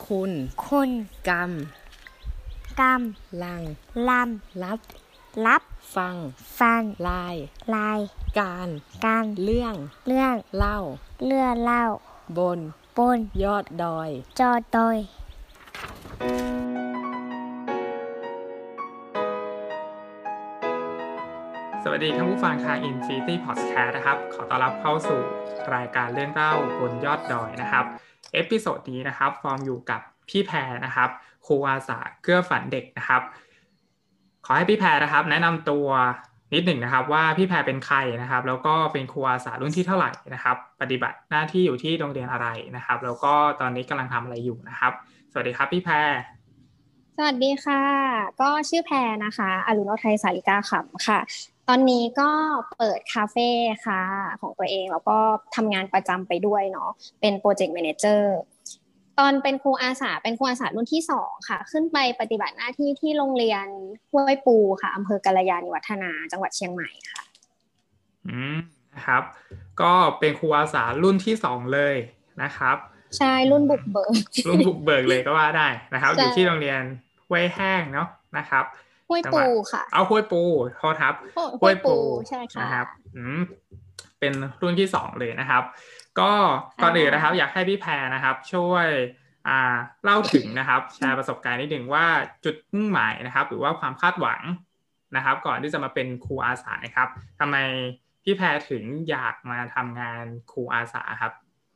คุณคุณกรรมกลังลรับรับฟังลายการเรื่องเล่าบนยอดดอยจอดอยสวัสดีท่านผู้ฟังทาง Infinity Podcast นะครับขอต้อนรับเข้าสู่รายการเรื่องเล่าบนยอดดอยนะครับเอพิโซดนี้นะครับฟอร์มอยู่กับพี่แพรนะครับครูอาสาเกื้อฝันเด็กนะครับขอให้พี่แพรนะครับแนะนำตัวนิดหนึ่งนะครับว่าพี่แพรเป็นใครนะครับแล้วก็เป็นครูอาสารุ่นที่เท่าไหร่นะครับปฏิบัติหน้าที่อยู่ที่โรงเรียนอะไรนะครับแล้วก็ตอนนี้กำลังทำอะไรอยู่นะครับสวัสดีครับพี่แพรสวัสดีค่ะก็ชื่อแพรนะคะอรุณโอไทยสาริกาขำค่ะตอนนี้ก็เปิดคาเฟ่ค่ะของตัวเองแล้วก็ทำงานประจำไปด้วยเนาะเป็นโปรเจกต์แมเนเจอร์ตอนเป็นครูอาสารุ่นที่2ค่ะขึ้นไปปฏิบัติหน้าที่ที่โรงเรียนห้วยปูค่ะอำเภอกัลยาณิวัฒนาจังหวัดเชียงใหม่ค่ะนะครับก็เป็นครูอาสารุ่นที่2เลยนะครับใช่รุ่นบุกเบิกเลยก็ว่าได้นะครับอยู่ที่โรงเรียนห้วยแห้งเนาะนะครับห้วยปูค่ะเอาห้วยปูโทษครับห้วยปูใช่ค่ะนะครับเป็นรุ่นที่2เลยนะครับก็ก่อนอื่นนะครับอยากให้พี่แพรนะครับช่วยเล่าถึงนะครับแชร์ประสบการณ์นิดหนึ่งว่าจุดมุ่งหมายนะครับหรือว่าความคาดหวังนะครับก่อนที่จะมาเป็นครูอาสาครับทำไมพี่แพรถึงอยากมาทำงานครูอาสาครับ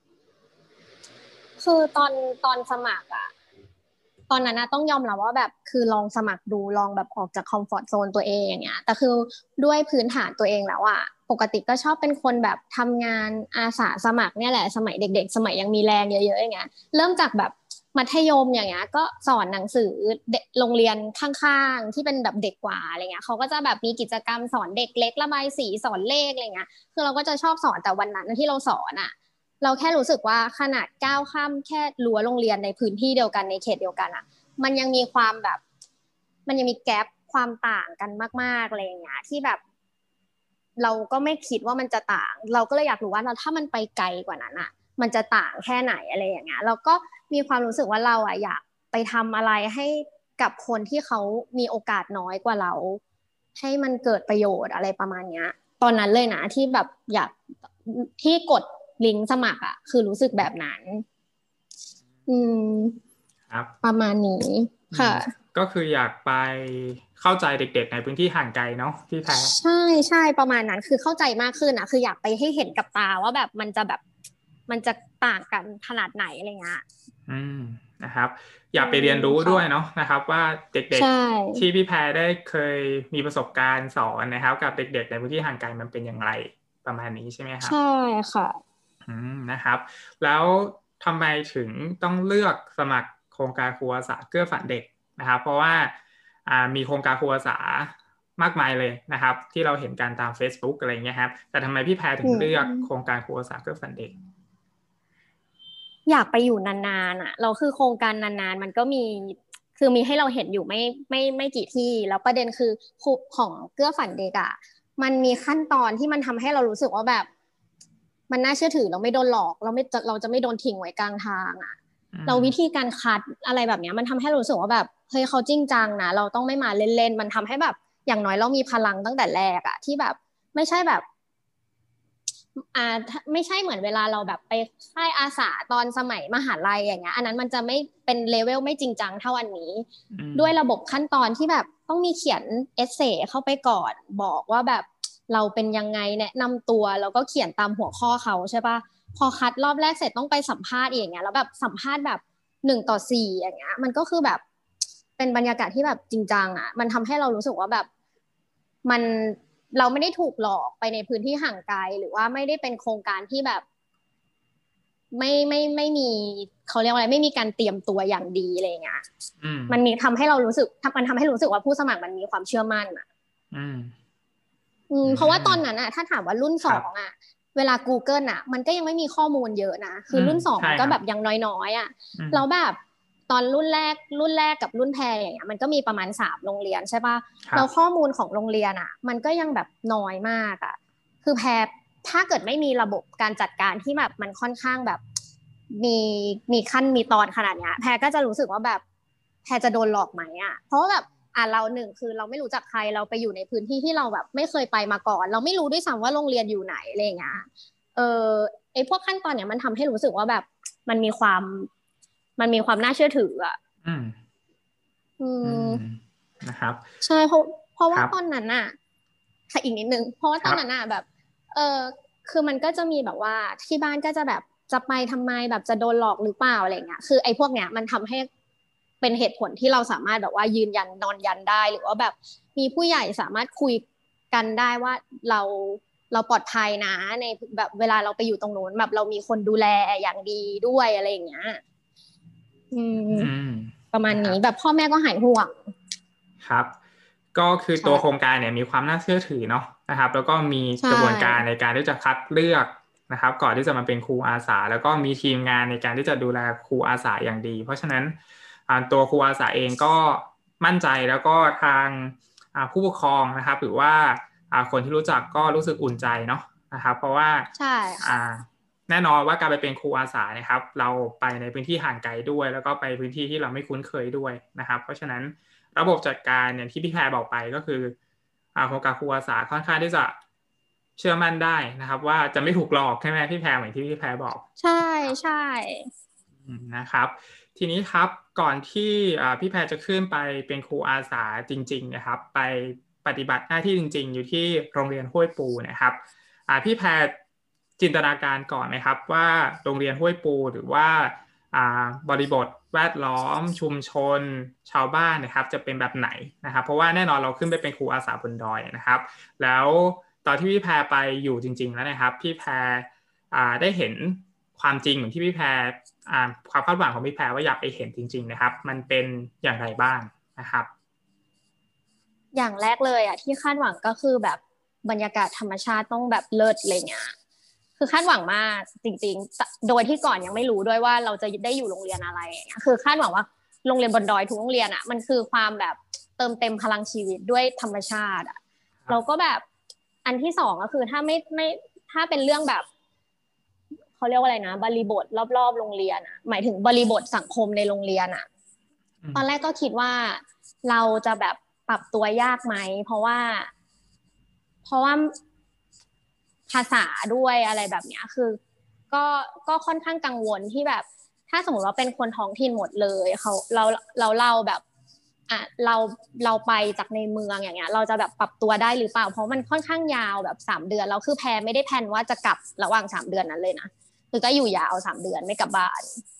คือตอนสมัครตอนนั้นต้องยอมรับว่าแบบคือลองสมัครดูลองแบบออกจากคอมฟอร์ตโซนตัวเองอย่างเงี้ยแต่คือด้วยพื้นฐานตัวเองแล้วปกติก็ชอบเป็นคนแบบทำงานอาสาสมัครเนี่ยแหละสมัยเด็กๆสมัยยังมีแรงเยอะๆอย่างเงี้ยเริ่มจากแบบมัธยมอย่างเงี้ยก็สอนหนังสือโรงเรียนข้างๆที่เป็นแบบเด็กกว่าอะไรเงี้ยเขาก็จะแบบมีกิจกรรมสอนเด็กเล็กระบายสีสอนเลขอะไรเงี้ยคือเราก็จะชอบสอนแต่วันนั้นที่เราสอนเราแค่รู้สึกว่าขนาดก้าวข้ามแค่รั้วโรงเรียนในพื้นที่เดียวกันในเขตเดียวกันมันยังมีความแบบมันยังมีแกปความต่างกันมากๆอะไรอย่างเงี้ยที่แบบเราก็ไม่คิดว่ามันจะต่างเราก็เลยอยากรู้ว่าถ้ามันไปไกลกว่านั้นมันจะต่างแค่ไหนอะไรอย่างเงี้ยเราก็มีความรู้สึกว่าเราอยากไปทำอะไรให้กับคนที่เขามีโอกาสน้อยกว่าเราให้มันเกิดประโยชน์อะไรประมาณเนี้ยตอนนั้นเลยนะที่แบบอยากที่กดลิงก์สมัครคือรู้สึกแบบนั้นประมาณนี้ค่ะก็คืออยากไปเข้าใจเด็กๆในพื้นที่ห่างไกลเนาะพี่แพรใช่ประมาณนั้นคือเข้าใจมากขึ้นคืออยากไปให้เห็นกับตาว่าแบบมันจะต่างกันขนาดไหนอะไรเงี้ยนะครับอยากไปเรียนรู้ด้วยเนาะนะครับว่าเด็กๆที่พี่แพรได้เคยมีประสบการณ์สอนนะครับกับเด็กๆในพื้นที่ห่างไกลมันเป็นอย่างไรประมาณนี้ใช่ไหมครับใช่ค่ะนะครับแล้วทำไมถึงต้องเลือกสมัครโครงการครูอาสาเกื้อฝันเด็กนะครับเพราะว่ามีโครงการครูอาสามากมายเลยนะครับที่เราเห็นกันตาม Facebook อะไรเงี้ยครับแต่ทำไมพี่แพรถึงเลือกโครงการครูอาสาเกื้อฝันเด็กอยากไปอยู่นานๆเราคือโครงการนานๆมันก็มีให้เราเห็นอยู่ไม่กี่ที่แล้วประเด็นคือของเกื้อฝันเด็กมันมีขั้นตอนที่มันทำให้เรารู้สึกว่าแบบมันน่าเชื่อถือเราไม่โดนหลอกเราจะไม่โดนทิ้งไว้กลางทางเราวิธีการคัดอะไรแบบนี้มันทำให้เรารู้สึกว่าแบบเฮ้ยเขาจริงจังนะเราต้องไม่มาเล่นๆมันทำให้แบบอย่างน้อยเรามีพลังตั้งแต่แรกที่แบบไม่ใช่แบบไม่ใช่เหมือนเวลาเราแบบไปค่ายอาสาตอนสมัยมหาลัยอย่างเงี้ยอันนั้นมันจะไม่เป็นเลเวลไม่จริงจังเท่าอันนี้ด้วยระบบขั้นตอนที่แบบต้องมีเขียนเอเซ่เข้าไปก่อนบอกว่าแบบเราเป็นยังไงแนะนำตัวแล้วก็เขียนตามหัวข้อเขาใช่ปะพอคัดรอบแรกเสร็จต้องไปสัมภาษณ์อย่างเงี้ยแล้วแบบสัมภาษณ์แบบ1-4อย่างเงี้ยมันก็คือแบบเป็นบรรยากาศที่แบบจริงจังมันทำให้เรารู้สึกว่าแบบมันเราไม่ได้ถูกหลอกไปในพื้นที่ห่างไกลหรือว่าไม่ได้เป็นโครงการที่แบบไม่มีเขาเรียกว่าอะไรไม่มีการเตรียมตัวอย่างดีอะไรเงี้ยมันมีทำให้เรารู้สึกมันทำให้รู้สึกว่าผู้สมัครมันมีความเชื่อมั่นเพราะว่าตอนนั้นถ้าถามว่ารุ่น2เวลา Google มันก็ยังไม่มีข้อมูลเยอะนะคือรุ่น2มันก็แบบยังน้อยๆแล้วแบบตอนรุ่นแรกกับรุ่นแพรอย่างเงี้ยมันก็มีประมาณ3โรงเรียนใช่ป่ะแล้วข้อมูลของโรงเรียนมันก็ยังแบบน้อยมากคือแพรถ้าเกิดไม่มีระบบการจัดการที่แบบมันค่อนข้างแบบมีมีขั้นมีตอนขนาดเนี้ยแพรก็จะรู้สึกว่าแบบแพรจะโดนหลอกไหมอ่ะเพราะว่าแบบเราหนึ่งคือเราไม่รู้จักใครเราไปอยู่ในพื้นที่ที่เราแบบไม่เคยไปมาก่อนเราไม่รู้ด้วยซ้ำว่าโรงเรียนอยู่ไหนอะไรอย่างเงี้ยเออไอพวกขั้นตอนเนี้ยมันทำให้รู้สึกว่าแบบมันมีความมันมีความน่าเชื่อถืออ่ะอืมนะครับใช่เพราะว่าตอนนั้นน่ะอีกนิดนึงเพราะว่าตอนนั้นน่ะแบบคือมันก็จะมีแบบว่าที่บ้านก็จะแบบจะไปทำไมแบบจะโดนหลอกหรือเปล่าอะไรเงี้ยคือไอ้พวกเนี้ยมันทำให้เป็นเหตุผลที่เราสามารถแบบว่ายืนยันนอนยันได้หรือว่าแบบมีผู้ใหญ่สามารถคุยกันได้ว่าเราปลอดภัยนะในแบบเวลาเราไปอยู่ตรงนู้นแบบเรามีคนดูแลอย่างดีด้วยอะไรอย่างเงี้ยประมาณนี้แบบพ่อแม่ก็หายห่วงครับก็คือตัวโครงการเนี่ยมีความน่าเชื่อถือเนาะนะครับแล้วก็มีกระบวนการในการที่จะคัดเลือกนะครับก่อนที่จะมาเป็นครูอาสาแล้วก็มีทีมงานในการที่จะดูแลครูอาสาอย่างดีเพราะฉะนั้นตัวครูอาสาเองก็มั่นใจแล้วก็ทางผู้ปกครองนะครับหรือว่าคนที่รู้จักก็รู้สึกอุ่นใจเนาะนะครับเพราะว่าใช่แน่นอนว่าการไปเป็นครูอาสานะครับเราไปในพื้นที่ห่างไกลด้วยแล้วก็ไปพื้นที่ที่เราไม่คุ้นเคยด้วยนะครับเพราะฉะนั้นระบบจัดการอย่างที่พี่แพรบอกไปก็คือโครงการครูอาสาค่อนข้างที่จะเชื่อมั่นได้นะครับว่าจะไม่ถูกหลอกใช่ไหมพี่แพรเหมือนที่พี่แพรบอกใช่ใช่นะครับทีนี้ครับก่อนที่พี่แพรจะขึ้นไปเป็นครูอาสาจริงๆนะครับไปปฏิบัติหน้าที่จริงๆอยู่ที่โรงเรียนห้วยปูนะครับพี่แพรจินตนาการก่อนไหมครับว่าโรงเรียนห้วยปูหรือว่าบริบทแวดล้อมชุมชนชาวบ้านนะครับจะเป็นแบบไหนนะครับเพราะว่าแน่นอนเราขึ้นไปเป็นครูอาสาบนดอยนะครับแล้วตอนที่พี่แพรไปอยู่จริงๆแล้วนะครับพี่แพรได้เห็นความจริงเหมือนที่พี่แพรความคาดหวังของพี่แพรว่าอยากไปเห็นจริงๆนะครับมันเป็นอย่างไรบ้างนะครับอย่างแรกเลยที่คาดหวังก็คือแบบบรรยากาศธรรมชาติต้องแบบเลิศอะไรเงี้ยคือคาดหวังมากจริงๆโดยที่ก่อนยังไม่รู้ด้วยว่าเราจะได้อยู่โรงเรียนอะไรคือคาดหวังว่าโรงเรียนบนดอยทุกโรงเรียนมันคือความแบบเติมเต็มพลังชีวิตด้วยธรรมชาติเราก็แบบอันที่สองก็คือถ้าไม่ถ้าเป็นเรื่องแบบเขาเรียกว่าอะไรนะบริบทรอบๆโรงเรียนหมายถึงบริบทสังคมในโรงเรียนตอนแรกก็คิดว่าเราจะแบบปรับตัวยากไหมเพราะว่าภาษาด้วยอะไรแบบเนี้ยคือก็ค่อนข้างกังวลที่แบบถ้าสมมติว่าเป็นคนท้องถิ่นหมดเลยเราแบบเราไปจากในเมืองอย่างเงี้ยเราจะแบบปรับตัวได้หรือเปล่าเพราะมันค่อนข้างยาวแบบ3 เดือนแล้วคือแพรไม่ได้แพลนว่าจะกลับระหว่าง3 เดือนนั้นเลยนะคือก็อยู่ยาว3 เดือนไม่กลับบ้าน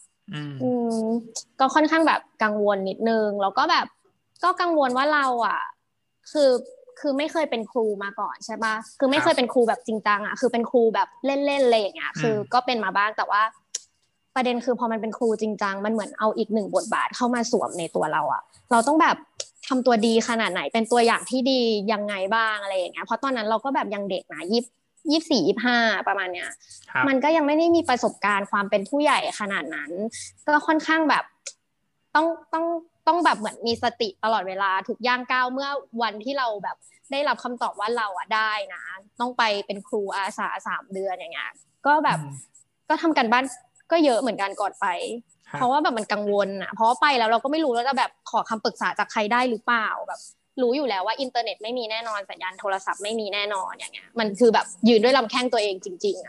ก็ค่อนข้างแบบกังวลนิดนึงแล้วก็แบบก็กังวลว่าเราคือไม่เคยเป็นครูมาก่อนใช่ปะคือไม่เคยเป็นครูแบบจริงจังคือเป็นครูแบบเล่นๆเลยอย่างเงี้ยคือก็เป็นมาบ้างแต่ว่าประเด็นคือพอมันเป็นครูจริงจังมันเหมือนเอาอีก1 บทบาทเข้ามาสวมในตัวเราเราต้องแบบทำตัวดีขนาดไหนเป็นตัวอย่างที่ดียังไงบ้างอะไรอย่างเงี้ยเพราะตอนนั้นเราก็แบบยังเด็กนะ24 25ประมาณเนี้ยมันก็ยังไม่ได้มีประสบการณ์ความเป็นผู้ใหญ่ขนาดนั้นก็ค่อนข้างแบบต้องแบบเหมือนมีสติตลอดเวลาทุกย่างก้าวเมื่อวันที่เราแบบได้รับคำตอบว่าเราได้นะต้องไปเป็นครูอาสา3 เดือนอย่างเงี้ยก็แบบก็ทำกันบ้านก็เยอะเหมือนกันก่อนไปเพราะว่าแบบมันกังวลเพราะว่าไปแล้วเราก็ไม่รู้แล้วจะแบบขอคำปรึกษาจากใครได้หรือเปล่าแบบรู้อยู่แล้วว่าอินเทอร์เน็ตไม่มีแน่นอนสัญญาณโทรศัพท์ไม่มีแน่นอนอย่างเงี้ยมันคือแบบยืนด้วยลำแข้งตัวเองจริง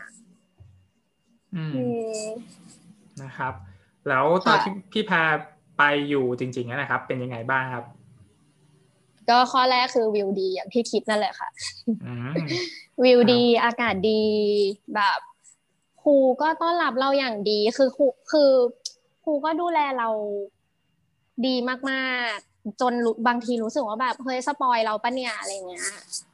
ๆนะครับแล้วตอนที่พี่แพรไปอยู่จริงๆนะครับเป็นยังไงบ้างครับก็ข้อแรกคือวิวดีอย่างที่คิดนั่นแหละค่ะวิวดีอากาศดีแบบครูก็ต้อนรับเราอย่างดีคือครูก็ดูแลเราดีมากๆจนบางทีรู้สึกว่าแบบเฮ้ยสปอยเราปะเนี่ยอะไรเงี้ย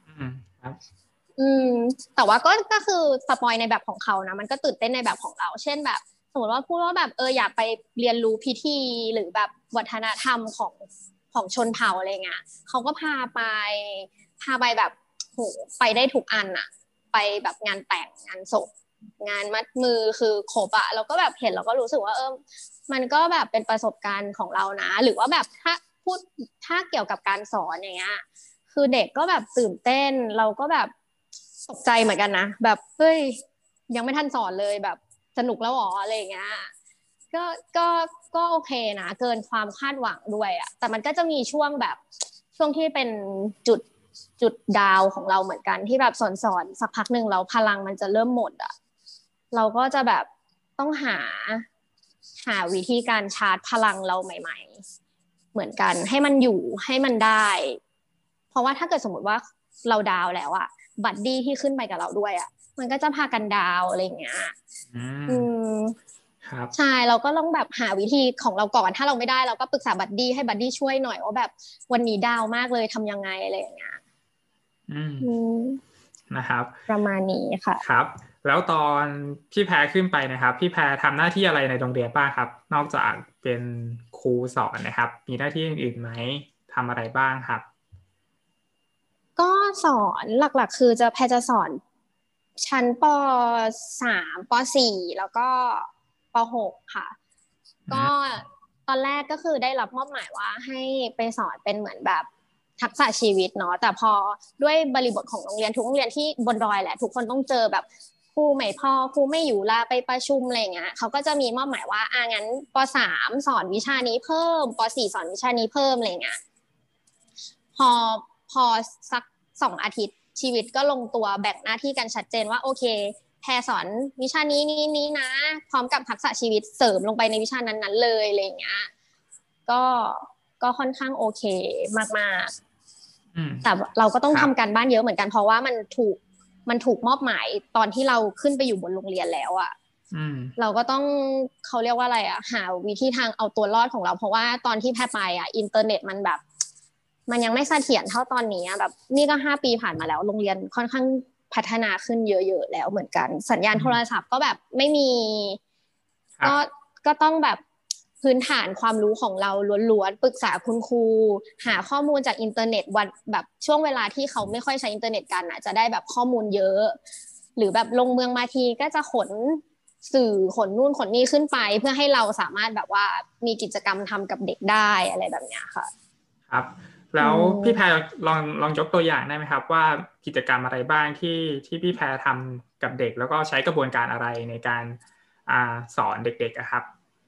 แต่ว่าก็คือสปอยในแบบของเขานะมันก็ตื่นเต้นในแบบของเราเช่นแบบสมมติว่าพูดว่าแบบอยากไปเรียนรู้พิธีหรือแบบวัฒนธรรมของชนเผ่าอะไรเงี้ยเขาก็พาไปแบบโหไปได้ทุกอันไปแบบงานแต่งงานศพงานมัดมือคือครบเราก็แบบเห็นเราก็รู้สึกว่ามันก็แบบเป็นประสบการณ์ของเรานะหรือว่าแบบถ้าเกี่ยวกับการสอนอย่างเงี้ยคือเด็กก็แบบตื่นเต้นเราก็แบบตกใจเหมือนกันนะแบบเฮ้ยยังไม่ทันสอนเลยแบบสนุกแล้วหรออะไรอย่างเงี้ยก็ก็ก็โอเคนะเกินความคาดหวังด้วยอ่ะแต่มันก็จะมีช่วงแบบช่วงที่เป็นจุดดาวของเราเหมือนกันที่แบบสอนสักพักหนึ่งเราพลังมันจะเริ่มหมดอ่ะเราก็จะแบบต้องหาวิธีการชาร์จพลังเราใหม่ๆเหมือนกันให้มันอยู่ให้มันได้เพราะว่าถ้าเกิดสมมติว่าเราดาวแล้วอ่ะบัดดี้ที่ขึ้นไปกับเราด้วยอ่ะมันก็จะพากันดาวอะไรอย่างเงี้ยอืมครับใช่เราก็ต้องแบบหาวิธีของเราก่อนถ้าเราไม่ได้เราก็ปรึกษาบัดดี้ให้บัดดี้ช่วยหน่อยว่าแบบวันนี้ดาวมากเลยทำยังไงอะไรอย่างเงี้ยนะครับประมาณนี้ค่ะครับแล้วตอนพี่แพรขึ้นไปนะครับพี่แพรทำหน้าที่อะไรในโรงเรียนบ้างครับนอกจากเป็นครูสอนนะครับมีหน้าที่อื่นๆไหมทำอะไรบ้างครับก็สอนหลักๆคือแพรจะสอนชั้นป.3 ป.4 แล้วก็ป.6 ค่ะก็ตอนแรกก็คือได้รับมอบหมายว่าให้ไปสอนเป็นเหมือนแบบทักษะชีวิตเนาะแต่พอด้วยบริบทของโรงเรียนทุกโรงเรียนที่บนดอยแหละทุกคนต้องเจอแบบครูไม่พอครูไม่อยู่ลาไปประชุมอะไรเงี้ยเขาก็จะมีมอบหมายว่างั้นป.3 สอนวิชานี้เพิ่มป.4 สอนวิชานี้เพิ่มอะไรเงี้ยพอพอสัก2 อาทิตย์ชีวิตก็ลงตัวแบ่งหน้าที่กันชัดเจนว่าโอเคแพรสอนวิชานี้นะพร้อมกับทักษะชีวิตเสริมลงไปในวิชานั้นๆเลยอะไรเงี้ยก็ค่อนข้างโอเคมากๆแต่เราก็ต้องทำการบ้านเยอะเหมือนกันเพราะว่ามันถูกมอบหมายตอนที่เราขึ้นไปอยู่บนโรงเรียนแล้วอ่ะเราก็ต้องเขาเรียกว่าอะไรอ่ะหาวิธีทางเอาตัวรอดของเราเพราะว่าตอนที่แพรไปอ่ะอินเทอร์เน็ตมันแบบมันยังไม่เสถียรเท่าตอนนี้แบบนี่ก็5 ปีผ่านมาแล้วโรงเรียนค่อนข้างพัฒนาขึ้นเยอะๆแล้วเหมือนกันสัญญาณโทรศัพท์ก็แบบไม่มีก็ต้องแบบพื้นฐานความรู้ของเราล้วนๆปรึกษาคุณครูหาข้อมูลจากอินเทอร์เน็ตวันแบบช่วงเวลาที่เขาไม่ค่อยใช้อินเทอร์เน็ตกันอ่ะจะได้แบบข้อมูลเยอะหรือแบบลงเมืองมาทีก็จะขนสื่อขนนู่นขนนี่ขึ้นไปเพื่อให้เราสามารถแบบว่ามีกิจกรรมทำกับเด็กได้อะไรแบบนี้ค่ะครับแล้วพี่แพรลองยกตัวอย่างได้ไหมครับว่ากิจกรรมอะไรบ้างที่พี่แพรทำกับเด็กแล้วก็ใช้กระบวนการอะไรในการสอนเด็กๆครับ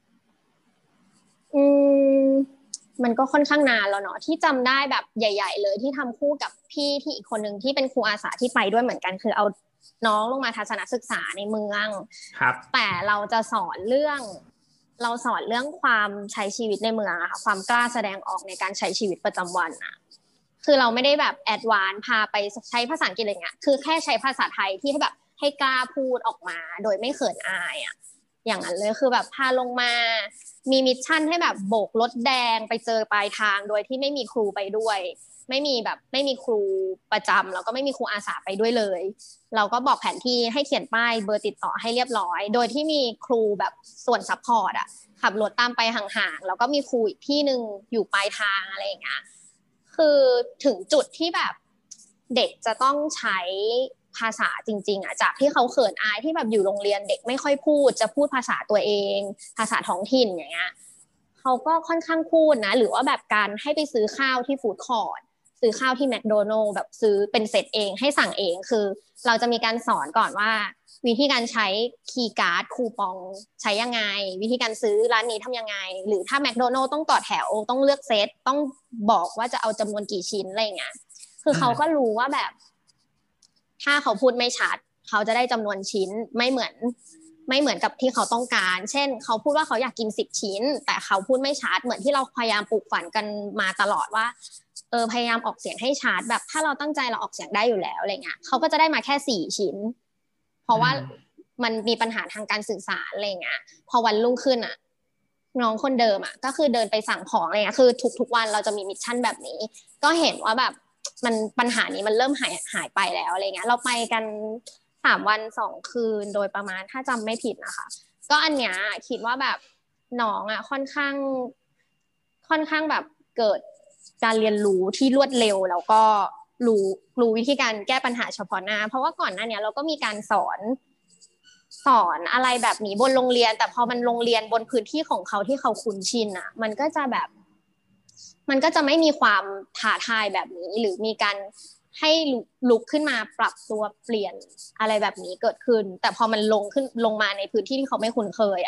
มันก็ค่อนข้างนานแล้วเนาะที่จำได้แบบใหญ่ๆเลยที่ทำคู่กับพี่ที่อีกคนหนึ่งที่เป็นครูอาสาที่ไปด้วยเหมือนกันคือเอาน้องลงมาทัศนศึกษาในเมืองแต่เราจะสอนเรื่องความใช้ชีวิตในเมืองอะค่ะความกล้าแสดงออกในการใช้ชีวิตประจำวันอะคือเราไม่ได้แบบแอดวานซ์พาไปใช้ภาษาอังกฤษอะไรเงี้ยคือแค่ใช้ภาษาไทยที่ให้แบบให้กล้าพูดออกมาโดยไม่เขินอายอะอย่างนั้นเลยคือแบบพาลงมามีมิชชั่นให้แบบโบกรถแดงไปเจอปลายทางโดยที่ไม่มีครูไปด้วยไม่มีครูประจำแล้วก็ไม่มีครูอาสาไปด้วยเลยเราก็บอกแผนที่ให้เขียนป้ายเบอร์ติดต่อให้เรียบร้อยโดยที่มีครูแบบส่วนซัพพอร์ตอะขับรถตามไปห่างๆแล้วก็มีครูอีกที่นึงอยู่ปลายทางอะไรอย่างเงี้ยคือถึงจุดที่แบบเด็กจะต้องใช้ภาษาจริงๆอ่ะจากที่เขาเขินอายที่แบบอยู่โรงเรียนเด็กไม่ค่อยพูดจะพูดภาษาตัวเองภาษาท้องถิ่นอย่างเงี้ยเขาก็ค่อนข้างพูดนะหรือว่าแบบการให้ไปซื้อข้าวที่ฟู้ดคอร์ทซื้อข้าวที่แมคโดนัลล์แบบซื้อเป็นเซตเองให้สั่งเองคือเราจะมีการสอนก่อนว่าวิธีการใช้คีย์การ์ดคูปองใช้ยังไงวิธีการซื้อร้านนี้ทำยังไงหรือถ้าแมคโดนัลล์ต้องต่อแถวต้องเลือกเซตต้องบอกว่าจะเอาจำนวนกี่ชิ้นอะไรเงี้ยคือเขาก็รู้ว่าแบบถ้าเขาพูดไม่ชัดเขาจะได้จำนวนชิ้นไม่เหมือนกับที่เขาต้องการเช่นเขาพูดว่าเขาอยากกิน10 ชิ้นแต่เขาพูดไม่ชัดเหมือนที่เราพยายามปลูกฝันกันมาตลอดว่าพยายามออกเสียงให้ชัดแบบถ้าเราตั้งใจเราออกเสียงได้อยู่แล้วอะไรเงี้ยเขาก็จะได้มาแค่4 ชิ้นเพราะว่ามันมีปัญหาทางการสื่อสารอะไรเงี้ยพอวันรุ่งขึ้นอ่ะน้องคนเดิมอ่ะก็คือเดินไปสั่งของอะไรเงี้ยคือทุกวันเราจะมีมิชชั่นแบบนี้ก็เห็นว่าแบบมันปัญหานี้มันเริ่มหายไปแล้วอะไรเงี้ยเราไปกัน3 วัน 2 คืนโดยประมาณถ้าจำไม่ผิดนะคะก็อันเนี้ยคิดว่าแบบน้องอ่ะค่อนข้างแบบเกิดการเรียนรู้ที่รวดเร็วแล้วก็รู้วิธีการแก้ปัญหาเฉพาะหน้าเพราะว่าก่อนหน้านี้เราก็มีการสอนอะไรแบบนี้บนโรงเรียนแต่พอมันโรงเรียนบนพื้นที่ของเขาที่เขาคุ้นชินอ่ะมันก็จะไม่มีความท้าทายแบบนี้หรือมีการให้ลุกขึ้นมาปรับตัวเปลี่ยนอะไรแบบนี้เกิดขึ้นแต่พอมันลงมาในพื้นที่ที่เขาไม่คุ้นเคยอ่ะ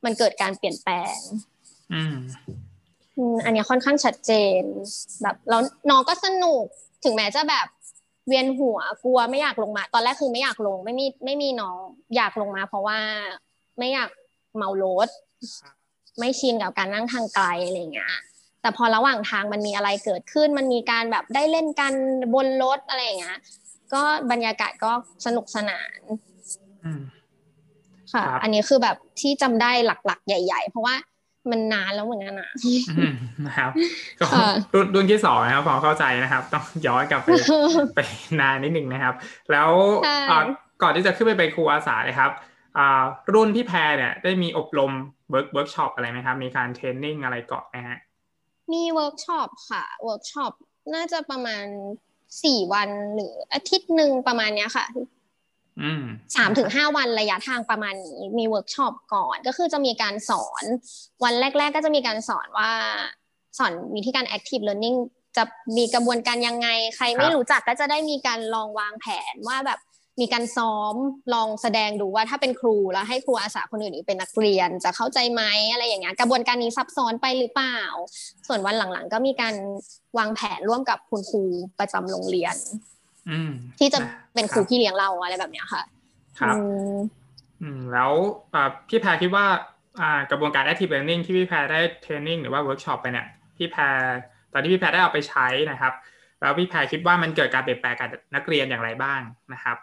มันเกิดการเปลี่ยนแปลงอืมอันนี้ค่อนข้างชัดเจนแบบแล้วน้องก็สนุกถึงแม้จะแบบเวียนหัวกลัวไม่อยากลงมาตอนแรกคือไม่อยากลงไม่มีน้องอยากลงมาเพราะว่าไม่อยากเมารถไม่ชินกับการนั่งทางไกลอะไรเงี้ยแต่พอระหว่างทางมันมีอะไรเกิดขึ้นมันมีการแบบได้เล่นกันบนรถอะไรอย่างเงี้ยก็บรรยากาศก็สนุกสนานค่ะอันนี้คือแบบที่จำได้หลักๆใหญ่ๆเพราะว่ามันนานแล้วเหมือนกันนะครับก็รุ่นที่2นะครับพอเข้าใจนะครับต้องย้อนกลับไปนานนิดนึงนะครับแล้วก่อนที่จะขึ้นไปเป็นครูอาสาเลยครับรุ่นพี่แพรเนี่ยได้มีอบรมเวิร์กช็อปอะไรไหมครับมีการเทรนนิ่งอะไรก่อนนะฮะมีเวิร์กช็อปค่ะเวิร์กช็อปน่าจะประมาณ4 วันหรืออาทิตย์นึงประมาณเนี้ยค่ะ3-5 วันระยะทางประมาณนี้มีเวิร์กช็อปก่อนก็คือจะมีการสอนวันแรกๆก็จะมีการสอนว่าสอนวิธีการ active learning จะมีกระบวนการยังไงใครไม่รู้จักก็จะได้มีการลองวางแผนว่าแบบมีการซ้อมลองแสดงดูว่าถ้าเป็นครูแล้วให้ครูอาสาคนอื่นเป็นนักเรียนจะเข้าใจไหมอะไรอย่างเงี้ยกระบวนการนี้ซับซ้อนไปหรือเปล่าส่วนวันหลังๆก็มีการวางแผนร่วมกับคุณครูประจำโรงเรียนที่จะเป็นครูพี่เลี้ยงเราอะไรแบบเนี้ยค่ะครับแล้วพี่แพรคิดว่ากระบวนการ active learning ที่พี่แพรได้เทรนนิ่งหรือว่าเวิร์กช็อปไปเนี่ยพี่แพรตอนที่พี่แพรได้เอาไปใช้นะครับแล้วพี่แพรคิดว่ามันเกิดการเปลี่ยนแปลงกับนักเรียนอย่างไรบ้างนะครับ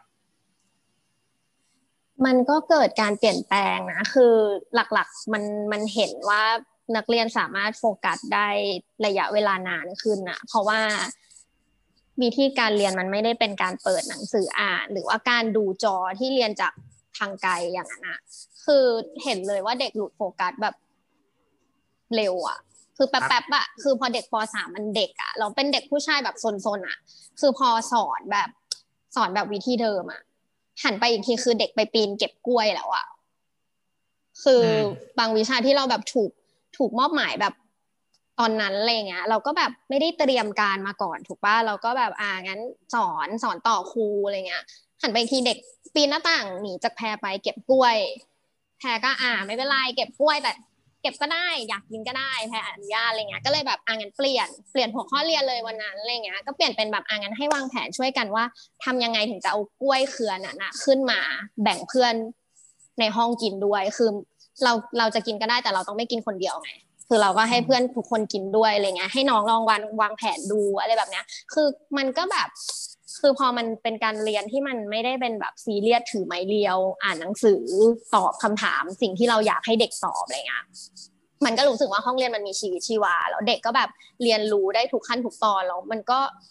มันก็เกิดการเปลี่ยนแปลงนะคือหลักๆมันเห็นว่านักเรียนสามารถโฟกัสได้ระยะเวลานานขึ้นนะเพราะว่าวิธีการเรียนมันไม่ได้เป็นการเปิดหนังสืออ่านหรือว่าการดูจอที่เรียนจากทางไกลอย่างนั้นนะคือเห็นเลยว่าเด็กหลุดโฟกัสแบบเร็วอ่ะคือแป๊บๆอ่ะคือพอเด็กป.3 มันเด็กอ่ะเราเป็นเด็กผู้ชายแบบซนๆอ่ะคือพอสอนแบบวิธีเดิมอ่ะหันไปอีกทีคือเด็กไปปีนเก็บกล้วยแล้วอ่ะคือบางวิชาที่เราแบบถูกมอบหมายแบบตอนนั้นอะไรเงี้ยเราก็แบบไม่ได้เตรียมการมาก่อนถูกป่ะเราก็แบบงั้นสอนต่อครูอะไรเงี้ยหันไปอีกทีเด็กปีนหน้าต่างหนีจากแพรไปเก็บกล้วยแพรก็ไม่เป็นไรเก็บกล้วยแต่เก็บก็ได้อยากกินก็ได้แพรอนุญาตอะไรเงี้ยก็เลยแบบงั้นเปลี่ยนหัวข้อเรียนเลยวันนั้นอะไรเงี้ยก็เปลี่ยนเป็นแบบงั้นให้วางแผนช่วยกันว่าทำยังไงถึงจะเอากล้วยเครือนั้นน่ะขึ้นมาแบ่งเพื่อนในห้องกินด้วยคือเราจะกินก็ได้แต่เราต้องไม่กินคนเดียวไงคือเราก็ให้เพื่อนทุกคนกินด้วยอะไรเงี้ยให้น้องลองวางแผนดูอะไรแบบเนี้ยคือมันก็แบบคือพอมันเป็นการเรียนที่มันไม่ได้เป็นแบบซีเรียสถือไม้เรียวอ่านหนังสือตอบคำถามสิ่งที่เราอยากให้เด็กตอบอะไรเงี้ยมันก็รู้สึกว่าห้องเรียนมันมีชีวิตชีวาแล้วเด็กก็แบบเรียนรู้ได้ทุกขั้นทุกตอนแล้วมัน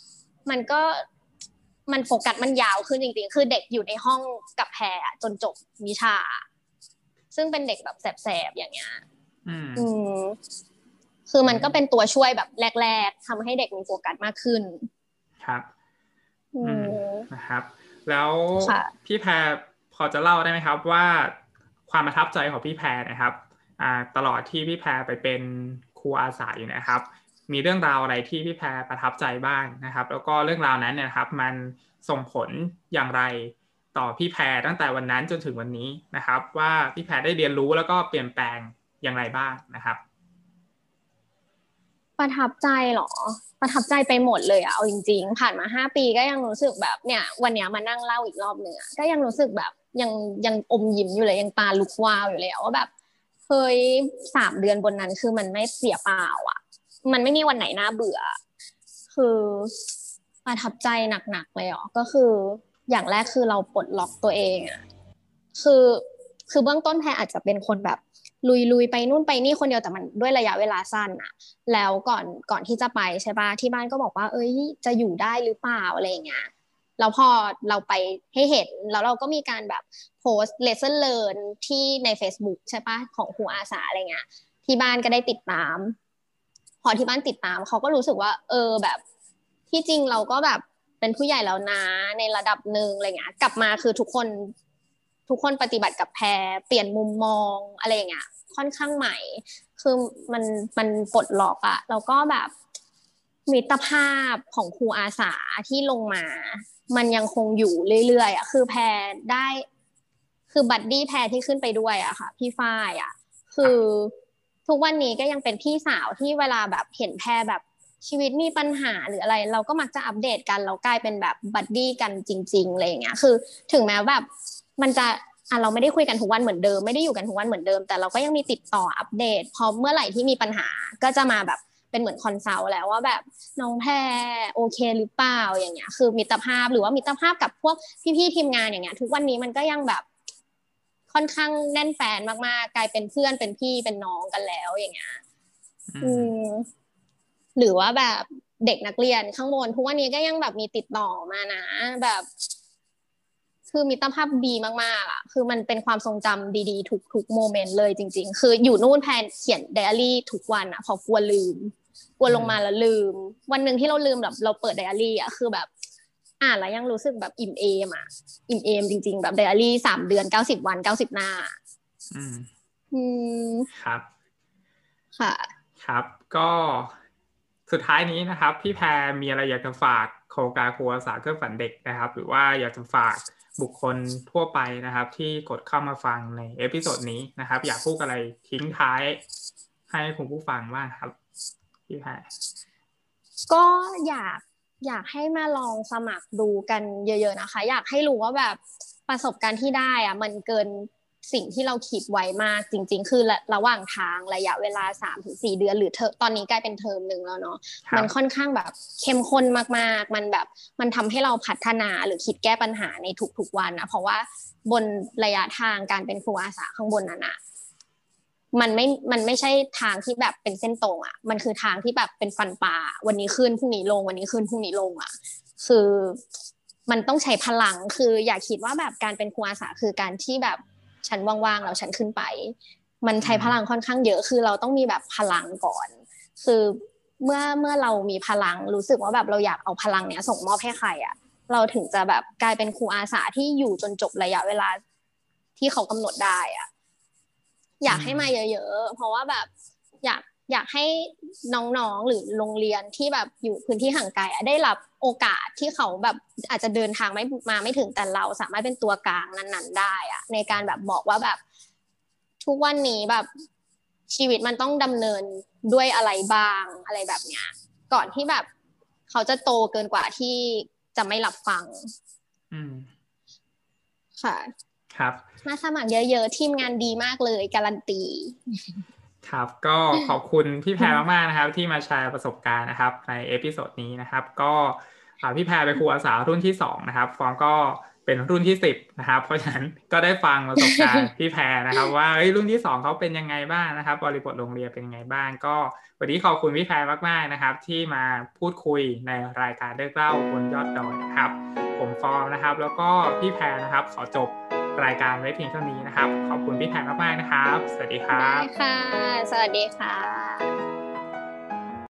โฟกัสมันยาวขึ้นจริงๆคือเด็กอยู่ในห้องกับแพรจนจบวิชาซึ่งเป็นเด็กแบบแสบๆอย่างเงี้ยคือมันก็เป็นตัวช่วยแบบแรกๆทำให้เด็กมีโฟกัสมากขึ้นครับนะครับแล้วพี่แพรพอจะเล่าได้ไหมครับว่าความประทับใจของพี่แพรนะครับตลอดที่พี่แพรไปเป็นครูอาสาอยู่นะครับมีเรื่องราวอะไรที่พี่แพรประทับใจบ้างนะครับแล้วก็เรื่องราวนั้นเนี่ยครับมันส่งผลอย่างไรต่อพี่แพรตั้งแต่วันนั้นจนถึงวันนี้นะครับว่าพี่แพรได้เรียนรู้แล้วก็เปลี่ยนแปลงอย่างไรบ้างนะครับประทับใจหรอประทับใจไปหมดเลยอะเอาจริงๆผ่านมา5 ปีก็ยังรู้สึกแบบเนี่ยวันนี้มานั่งเล่าอีกรอบนึงก็ยังรู้สึกแบบยังอมยิ้มอยู่เลยยังตาลุกวาวอยู่เลยว่าแบบเฮ้ย3 เดือนบนนั้นคือมันไม่เสียเปล่าอะมันไม่มีวันไหนน่าเบื่อคือประทับใจหนักๆเลยก็คืออย่างแรกคือเราปลดล็อกตัวเองอะคือเบื้องต้นแพรอาจจะเป็นคนแบบลุยไปนู่นไปนี่คนเดียวแต่มันด้วยระยะเวลาสั้นอะแล้วก่อนที่จะไปใช่ป่ะที่บ้านก็บอกว่าเอ้ยจะอยู่ได้หรือเปล่าอะไรอย่างเงี้ยแล้วพอเราไปให้เห็นแล้วเราก็มีการแบบโพสต์ lesson learn ที่ใน Facebook ใช่ป่ะของครูอาสาอะไรเงี้ยที่บ้านก็ได้ติดตามพอที่บ้านติดตามเขาก็รู้สึกว่าแบบที่จริงเราก็แบบเป็นผู้ใหญ่แล้วนะในระดับนึงอะไรเงี้ยกลับมาคือทุกคนปฏิบัติกับแพรเปลี่ยนมุมมองอะไรอย่างเงี้ยค่อนข้างใหม่คือมันปลดล็อกอะแล้วก็แบบมิตรภาพของครูอาสาที่ลงมามันยังคงอยู่เรื่อยๆอะคือแพรได้คือบัดดี้แพรที่ขึ้นไปด้วยอะค่ะพี่ฝ้ายอะคคือทุกวันนี้ก็ยังเป็นพี่สาวที่เวลาแบบเห็นแพรแบบชีวิตมีปัญหาหรืออะไรเราก็มักจะอัปเดตกันเรากลายเป็นแบบบัดดี้กันจริงๆอะไรอย่างเงี้ยคือถึงแม้แบบมันจะเราไม่ได้คุยกันทุกวันเหมือนเดิมไม่ได้อยู่กันทุกวันเหมือนเดิมแต่เราก็ยังมีติดต่ออัปเดตพอเมื่อไหร่ที่มีปัญหาก็จะมาแบบเป็นเหมือนคอนซัลท์แล้วว่าแบบน้องแพรโอเคหรือเปล่าอย่างเงี้ยคือมิตรภาพหรือว่ามิตรภาพกับพวกพี่ๆทีมงานอย่างเงี้ยทุกวันนี้มันก็ยังแบบค่อนข้างแน่นแฟนมากๆกลายเป็นเพื่อนเป็นพี่เป็นน้องกันแล้วอย่างเงี้ยหรือว่าแบบเด็กนักเรียนข้างบนทุกวันนี้ก็ยังแบบมีติดต่อมานะแบบคือมิตรภาพดีมากๆอ่ะคือมันเป็นความทรงจำดีๆทุกโมเมนต์เลยจริงๆคืออยู่นู่นแพนเขียนไดอารี่ทุกวันอ่ะพอกลัวลืมกลัวลงมาแล้วลืมวันนึงที่เราลืมแบบเราเปิดไดอารี่อ่ะคือแบบอ่านแล้วยังรู้สึกแบบอิ่มเอมอ่ะอิ่มเอมจริงๆแบบไดอารี่3 เดือน90 วัน90 หน้าครับค่ะครับก็สุดท้ายนี้นะครับพี่แพรมีอะไรอยากจะฝากโครงการครูอาสาเครื่องฝันเด็กนะครับหรือว่าอยากจะฝากบุคคลทั่วไปนะครับที่กดเข้ามาฟังในเอพิโซดนี้นะครับอยากพูดอะไรทิ้งท้ายให้คุณผู้ฟังบ้างครับพี่แพรก็อยากให้มาลองสมัครดูกันเยอะๆนะคะอยากให้รู้ว่าแบบประสบการณ์ที่ได้อะมันเกินสิ่งที่เราคิดไว้มากจริงๆคือระหว่างทางระยะเวลา 3-4 เดือนหรือตอนนี้กลายเป็นเทอมนึงแล้วเนาะมันค่อนข้างแบบเข้มข้นมากๆมันแบบมันทำให้เราพัฒนาหรือคิดแก้ปัญหาในทุกๆวันนะเพราะว่าบนระยะทางการเป็นครูอาสาข้างบนนั้นอะมันไม่ใช่ทางที่แบบเป็นเส้นตรงอ่ะมันคือทางที่แบบเป็นฟันปลาวันนี้ขึ้นพรุ่งนี้ลงวันนี้ขึ้นพรุ่งนี้ลงอ่ะคือมันต้องใช้พลังคืออย่าคิดว่าแบบการเป็นครูอาสาคือการที่แบบฉันว่างๆแล้วฉันขึ้นไปมันใช้พลังค่อนข้างเยอะคือเราต้องมีแบบพลังก่อนคือเมื่อเรามีพลังรู้สึกว่าแบบเราอยากเอาพลังเนี้ยส่งมอบให้ใครอ่ะเราถึงจะแบบกลายเป็นครูอาสาที่อยู่จนจบระยะเวลาที่เขากำหนดได้อ่ะอยากให้มาเยอะๆเพราะว่าแบบอยากให้น้องๆหรือโรงเรียนที่แบบอยู่พื้นที่ห่างไกลได้รับโอกาสที่เขาแบบอาจจะเดินทางไม่ถึงแต่เราสามารถเป็นตัวกลางนั้นๆได้อะในการแบบบอกว่าแบบทุกวันนี้แบบชีวิตมันต้องดำเนินด้วยอะไรบ้างอะไรแบบเนี้ยก่อนที่แบบเขาจะโตเกินกว่าที่จะไม่รับฟังค่ะครับมาสมัครเยอะๆทีมงานดีมากเลยการันตีครับก็ขอบคุณพี่แพรมากๆนะครับที่มาแชร์ประสบการณ์นะครับในเอพิโซดนี้นะครับก็พี่แพรเป็นครูอาสารุ่นที่2นะครับฟองก็เป็นรุ่นที่10นะครับเพราะฉะนั้นก็ได้ฟังประสบการณ์พี่แพรนะครับว่ารุ่นที่2เขาเป็นยังไงบ้างนะครับบริบทโรงเรียนเป็นยังไงบ้างก็วันนี้ขอบคุณพี่แพรมากๆนะครับที่มาพูดคุยในรายการเรื่องเล่าบนยอดดอยนะครับผมฟองนะครับแล้วก็พี่แพรนะครับขอจบรายการไว้เพียงเท่านี้นะครับขอบคุณพี่แพรมากๆนะครับสวัสดีครับได้ค่ะสวัสดีค่ะ